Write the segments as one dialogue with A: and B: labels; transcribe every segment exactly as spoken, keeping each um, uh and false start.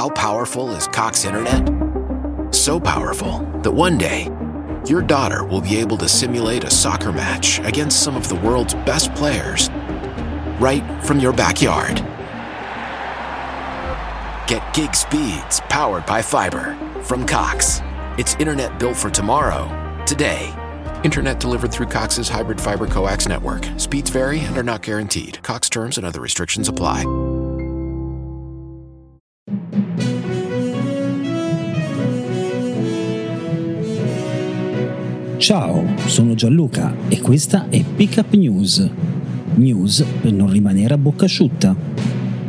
A: how powerful is Cox Internet? So powerful that one day, your daughter will be able to simulate a soccer match against some of the world's best players right from your backyard. Get gig speeds powered by fiber from Cox. It's internet built for tomorrow, today. Internet delivered through Cox's hybrid fiber coax network. Speeds vary and are not guaranteed. Cox terms and other restrictions apply.
B: Ciao, sono Gianluca e questa è Pick Up News. News per non rimanere a bocca asciutta.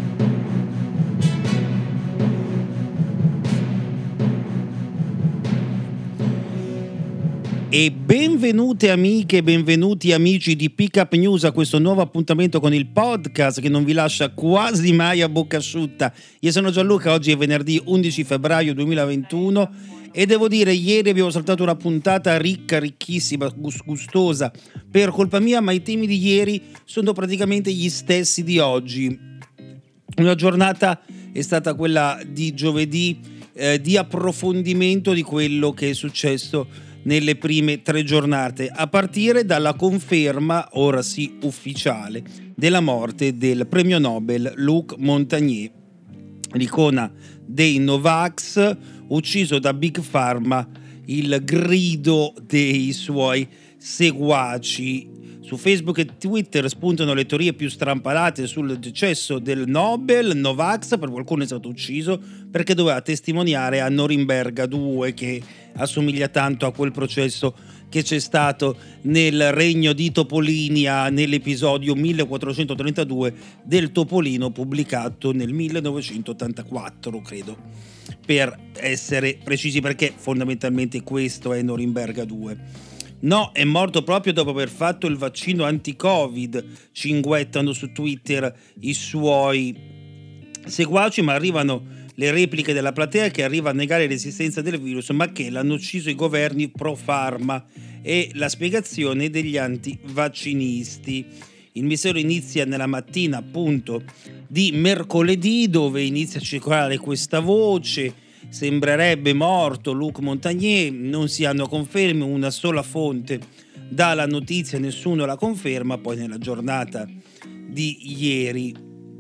B: E benvenute amiche e benvenuti amici di Pick Up News a questo nuovo appuntamento con il podcast che non vi lascia quasi mai a bocca asciutta. Io sono Gianluca, oggi è venerdì undici febbraio duemilaventuno e devo dire ieri abbiamo saltato una puntata ricca, ricchissima, gustosa per colpa mia, ma i temi di ieri sono praticamente gli stessi di oggi. Una giornata è stata quella di giovedì eh, di approfondimento di quello che è successo nelle prime tre giornate, a partire dalla conferma, ora sì ufficiale, della morte del premio Nobel Luc Montagnier, l'icona dei Novax, ucciso da Big Pharma, il grido dei suoi seguaci. Su Facebook e Twitter spuntano le teorie più strampalate sul decesso del Nobel. Novax, per qualcuno è stato ucciso perché doveva testimoniare a Norimberga due, che assomiglia tanto a quel processo che c'è stato nel regno di Topolinia nell'episodio millequattrocentotrentadue del Topolino, pubblicato nel millenovecentottantaquattro, credo, per essere precisi, perché fondamentalmente questo è Norimberga due. No, è morto proprio dopo aver fatto il vaccino anti-Covid, cinguettano su Twitter i suoi seguaci, ma arrivano le repliche della platea che arriva a negare l'esistenza del virus, ma che l'hanno ucciso i governi pro-farma, e la spiegazione degli anti-vaccinisti. Il mistero inizia nella mattina appunto di mercoledì, dove inizia a circolare questa voce: sembrerebbe morto Luc Montagnier, non si hanno conferme, una sola fonte dà la notizia, nessuno la conferma. Poi nella giornata di ieri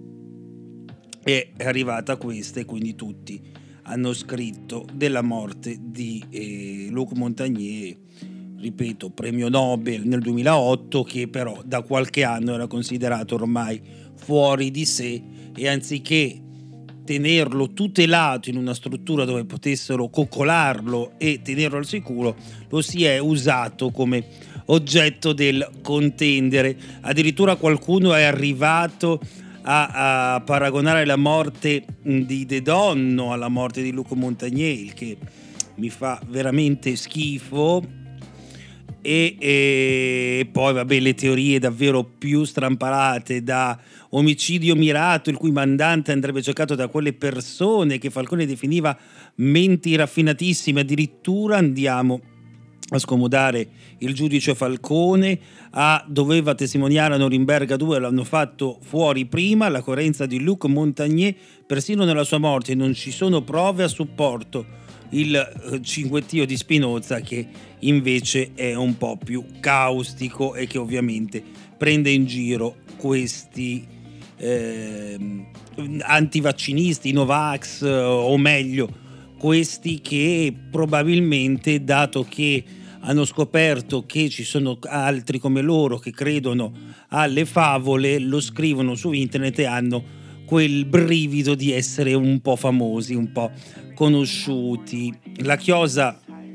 B: è arrivata questa e quindi tutti hanno scritto della morte di eh, Luc Montagnier, ripeto, premio Nobel nel duemilaotto, che però da qualche anno era considerato ormai fuori di sé, e anziché tenerlo tutelato in una struttura dove potessero coccolarlo e tenerlo al sicuro, lo si è usato come oggetto del contendere. Addirittura qualcuno è arrivato a, a paragonare la morte di De Donno alla morte di Luc Montagnier, il che mi fa veramente schifo. E, e poi vabbè, le teorie davvero più strampalate, da omicidio mirato il cui mandante andrebbe cercato da quelle persone che Falcone definiva menti raffinatissime. Addirittura andiamo a scomodare il giudice Falcone, a doveva testimoniare a Norimberga due, l'hanno fatto fuori prima. La coerenza di Luc Montagnier, persino nella sua morte non ci sono prove a supporto. Il cinguettio di Spinoza, che invece è un po' più caustico e che ovviamente prende in giro questi eh, antivaccinisti, Novax, o meglio questi che probabilmente, dato che hanno scoperto che ci sono altri come loro che credono alle favole, lo scrivono su internet e hanno quel brivido di essere un po' famosi, un po' conosciuti. La chiosa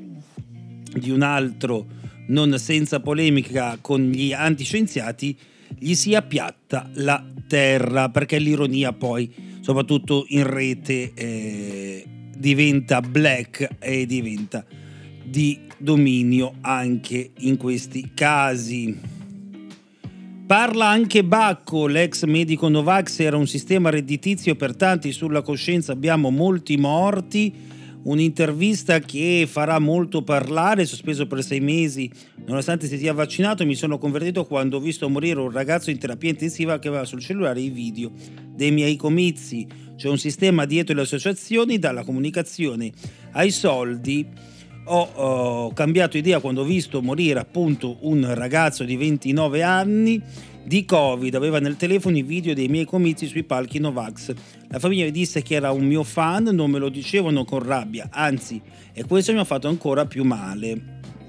B: di un altro, non senza polemica con gli antiscienziati, gli si appiatta la terra, perché l'ironia poi, soprattutto in rete, eh, diventa black e diventa di dominio anche in questi casi. Parla anche Bacco, l'ex medico Novax: era un sistema redditizio per tanti, sulla coscienza abbiamo molti morti. un'intervista che farà molto parlare, sospeso per sei mesi nonostante si sia vaccinato. Mi sono convertito quando ho visto morire un ragazzo in terapia intensiva che aveva sul cellulare i video dei miei comizi. C'è un sistema dietro le associazioni, dalla comunicazione ai soldi. Ho, ho cambiato idea quando ho visto morire appunto un ragazzo di ventinove anni di Covid. Aveva nel telefono i video dei miei comizi sui palchi Novax. La famiglia mi disse che era un mio fan, non me lo dicevano con rabbia, anzi, e questo mi ha fatto ancora più male.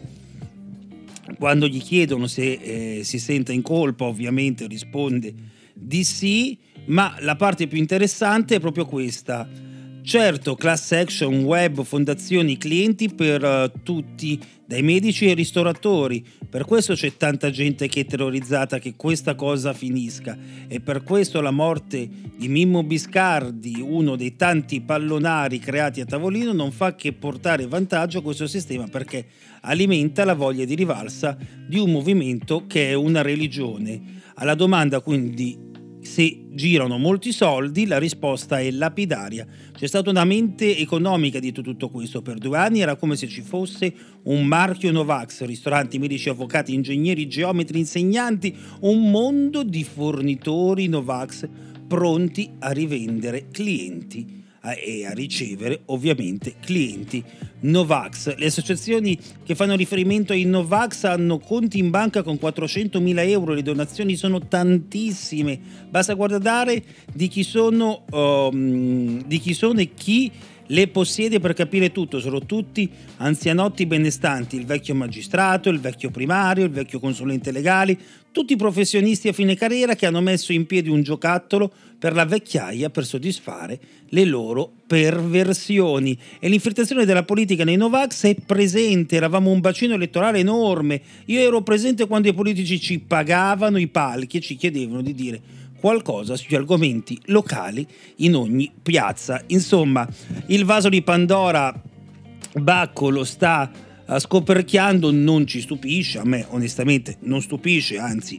B: Quando gli chiedono se eh, si sente in colpa, ovviamente risponde di sì, ma la parte più interessante è proprio questa. Certo, class action, web, fondazioni, clienti per uh, tutti, dai medici ai ristoratori. Per questo c'è tanta gente che è terrorizzata che questa cosa finisca, e per questo la morte di Mimmo Biscardi, uno dei tanti pallonari creati a tavolino, non fa che portare vantaggio a questo sistema, perché alimenta la voglia di rivalsa di un movimento che è una religione. Alla domanda quindi se girano molti soldi, la risposta è lapidaria. C'è stata una mente economica dietro tutto questo. Per due anni era come se ci fosse un marchio Novax, ristoranti, medici, avvocati, ingegneri, geometri, insegnanti, un mondo di fornitori Novax pronti a rivendere clienti e a ricevere ovviamente clienti Novax. Le associazioni che fanno riferimento ai Novax hanno conti in banca con quattrocentomila euro, le donazioni sono tantissime, basta guardare di chi sono, um, di chi sono e chi le possiede per capire tutto. Sono tutti anzianotti benestanti, il vecchio magistrato, il vecchio primario, il vecchio consulente legale, tutti professionisti a fine carriera che hanno messo in piedi un giocattolo per la vecchiaia per soddisfare le loro perversioni. E l'infiltrazione della politica nei Novax è presente. Eravamo un bacino elettorale enorme. Io ero presente quando i politici ci pagavano i palchi e ci chiedevano di dire qualcosa sugli argomenti locali in ogni piazza. Insomma, il vaso di Pandora Bacco lo sta uh, scoperchiando, non ci stupisce, a me onestamente non stupisce, anzi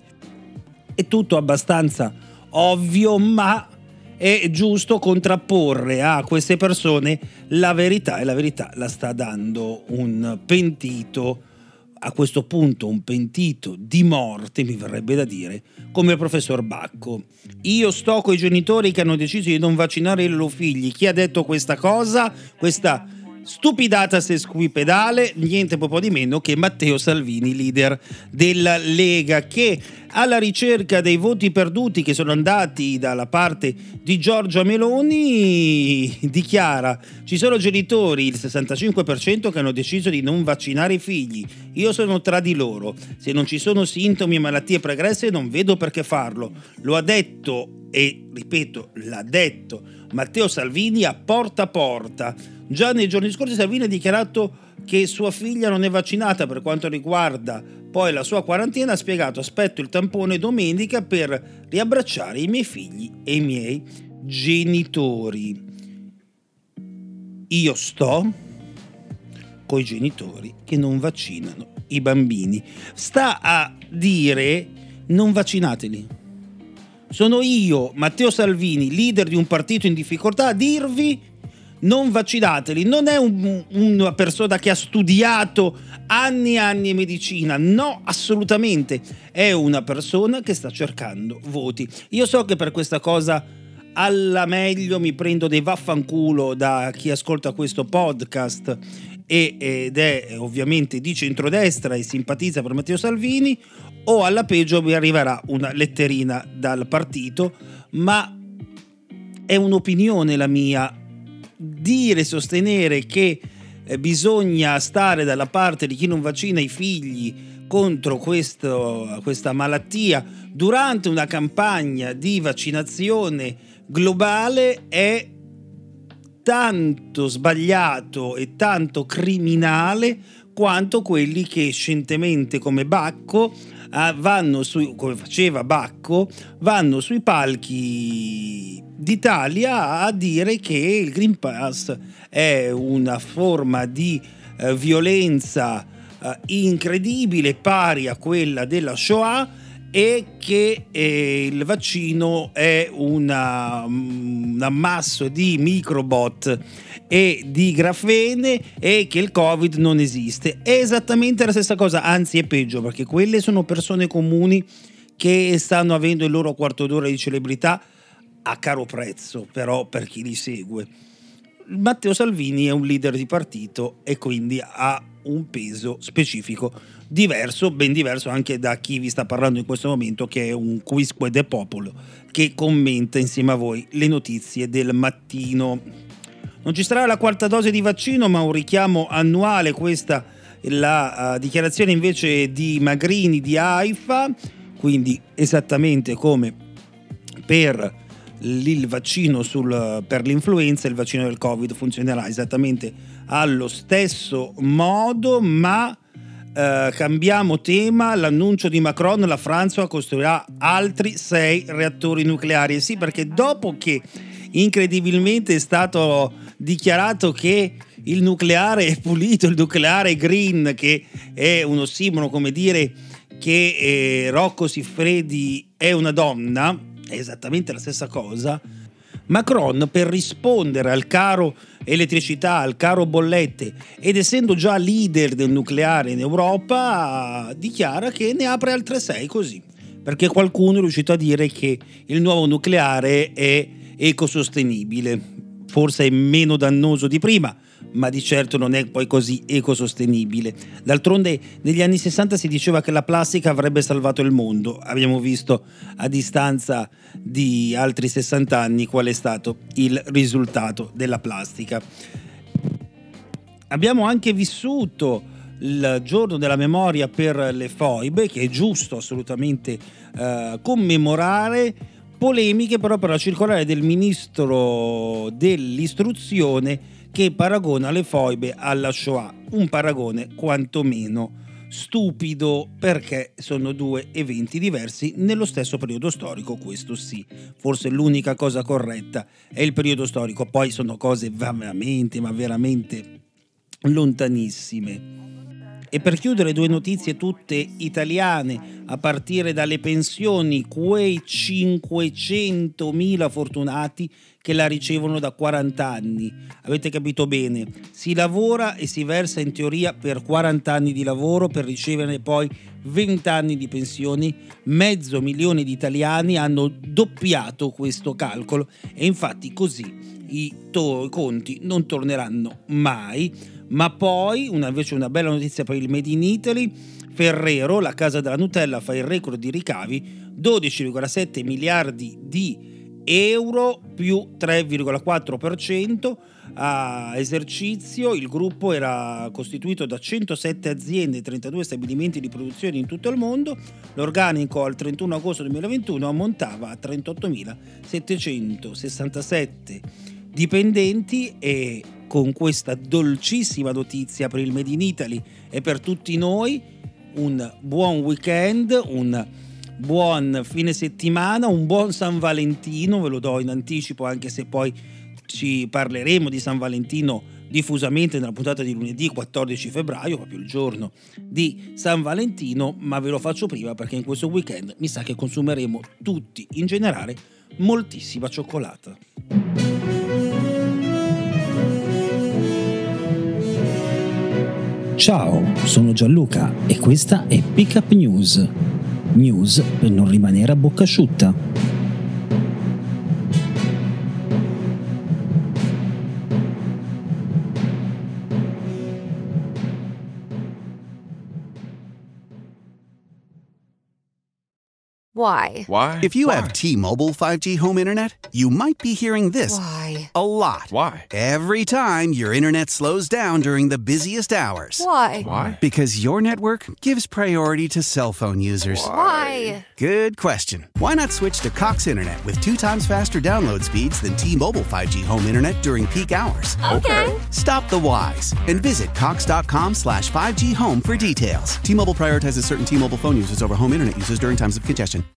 B: è tutto abbastanza ovvio, ma è giusto contrapporre a queste persone la verità, e la verità la sta dando un pentito. A questo punto un pentito di morte, mi verrebbe da dire, come il professor Bacco. Io sto coi genitori che hanno deciso di non vaccinare i loro figli. Chi ha detto questa cosa? Questa stupidata sesquipedale, niente po' di meno che Matteo Salvini, leader della Lega, che alla ricerca dei voti perduti che sono andati dalla parte di Giorgia Meloni dichiara: ci sono genitori, il sessantacinque per cento, che hanno deciso di non vaccinare i figli. Io sono tra di loro. Se non ci sono sintomi e malattie pregresse non vedo perché farlo. Lo ha detto, e ripeto, l'ha detto Matteo Salvini a Porta a Porta. Già nei giorni scorsi Salvini ha dichiarato che sua figlia non è vaccinata. Per quanto riguarda poi la sua quarantena, ha spiegato: aspetto il tampone domenica per riabbracciare i miei figli e i miei genitori. Io sto coi genitori che non vaccinano i bambini. Sta a dire: non vaccinateli. Sono io, Matteo Salvini, leader di un partito in difficoltà, a dirvi non vaccinateli. Non è un, una persona che ha studiato anni e anni medicina, no, assolutamente. È una persona che sta cercando voti. Io so che per questa cosa alla meglio mi prendo dei vaffanculo da chi ascolta questo podcast e, ed è ovviamente di centrodestra e simpatizza per Matteo Salvini, o alla peggio mi arriverà una letterina dal partito, ma è un'opinione la mia. Dire, sostenere che eh, bisogna stare dalla parte di chi non vaccina i figli contro questo, questa malattia durante una campagna di vaccinazione globale è tanto sbagliato e tanto criminale quanto quelli che scientemente, come Bacco, eh, vanno su, come faceva Bacco, vanno sui palchi d'Italia a dire che il Green Pass è una forma di eh, violenza eh, incredibile, pari a quella della Shoah, e che eh, il vaccino è una, un ammasso di microbot e di grafene e che il Covid non esiste. È esattamente la stessa cosa, anzi è peggio, perché quelle sono persone comuni che stanno avendo il loro quarto d'ora di celebrità a caro prezzo, però per chi li segue. Matteo Salvini è un leader di partito e quindi ha un peso specifico diverso, ben diverso anche da chi vi sta parlando in questo momento, che è un quisque de popolo che commenta insieme a voi le notizie del mattino. Non ci sarà la quarta dose di vaccino, ma un richiamo annuale, questa è la uh, dichiarazione invece di Magrini di AIFA, quindi esattamente come per il vaccino sul, per l'influenza, il vaccino del Covid funzionerà esattamente allo stesso modo, ma eh, cambiamo tema. L'annuncio di Macron: la Francia costruirà altri sei reattori nucleari. E sì, perché dopo che incredibilmente è stato dichiarato che il nucleare è pulito, il nucleare green, che è un ossimoro, come dire che eh, Rocco Siffredi è una donna, è esattamente la stessa cosa. Macron, per rispondere al caro elettricità, al caro bollette, ed essendo già leader del nucleare in Europa, dichiara che ne apre altre sei, così, perché qualcuno è riuscito a dire che il nuovo nucleare è ecosostenibile. Forse è meno dannoso di prima, ma di certo non è poi così ecosostenibile. D'altronde negli anni sessanta si diceva che la plastica avrebbe salvato il mondo. Abbiamo visto a distanza di altri sessanta anni qual è stato il risultato della plastica. Abbiamo anche vissuto il giorno della memoria per le foibe, che è giusto assolutamente eh, commemorare. Polemiche però per la circolare del ministro dell'istruzione che paragona le foibe alla Shoah, un paragone quantomeno stupido, perché sono due eventi diversi nello stesso periodo storico, questo sì. Forse l'unica cosa corretta è il periodo storico, poi sono cose veramente, ma veramente lontanissime. E per chiudere, due notizie tutte italiane, a partire dalle pensioni, quei cinquecentomila fortunati che la ricevono da quaranta anni. Avete capito bene, si lavora e si versa in teoria per quaranta anni di lavoro per riceverne poi venti anni di pensioni. Mezzo milione di italiani hanno doppiato questo calcolo e infatti così i, to- i conti non torneranno mai. Ma poi, una, invece una bella notizia per il Made in Italy: Ferrero, la casa della Nutella, fa il record di ricavi, dodici virgola sette miliardi di euro più tre virgola quattro per cento a esercizio. Il gruppo era costituito da centosette aziende e trentadue stabilimenti di produzione in tutto il mondo. L'organico al trentuno agosto duemilaventuno ammontava a trentottomilasettecentosessantasette dipendenti. E con questa dolcissima notizia per il Made in Italy e per tutti noi, un buon weekend, un buon fine settimana, un buon San Valentino, ve lo do in anticipo, anche se poi ci parleremo di San Valentino diffusamente nella puntata di lunedì quattordici febbraio, proprio il giorno di San Valentino, ma ve lo faccio prima perché in questo weekend mi sa che consumeremo tutti in generale moltissima cioccolata.
C: Ciao, sono Gianluca e questa è Pick Up News. News per non rimanere a bocca asciutta.
D: Why?
E: Why?
F: If you
E: Why?
F: have T-Mobile five G home internet, you might be hearing this
D: Why?
F: a lot.
E: Why?
F: Every time your internet slows down during the busiest hours.
D: Why?
E: Why?
F: Because your network gives priority to cell phone users.
D: Why?
F: Good question. Why not switch to Cox Internet with two times faster download speeds than T-Mobile five G home internet during peak hours?
D: Okay.
F: Stop the whys and visit cox.com slash 5G home for details. T-Mobile prioritizes certain T-Mobile phone users over home internet users during times of congestion.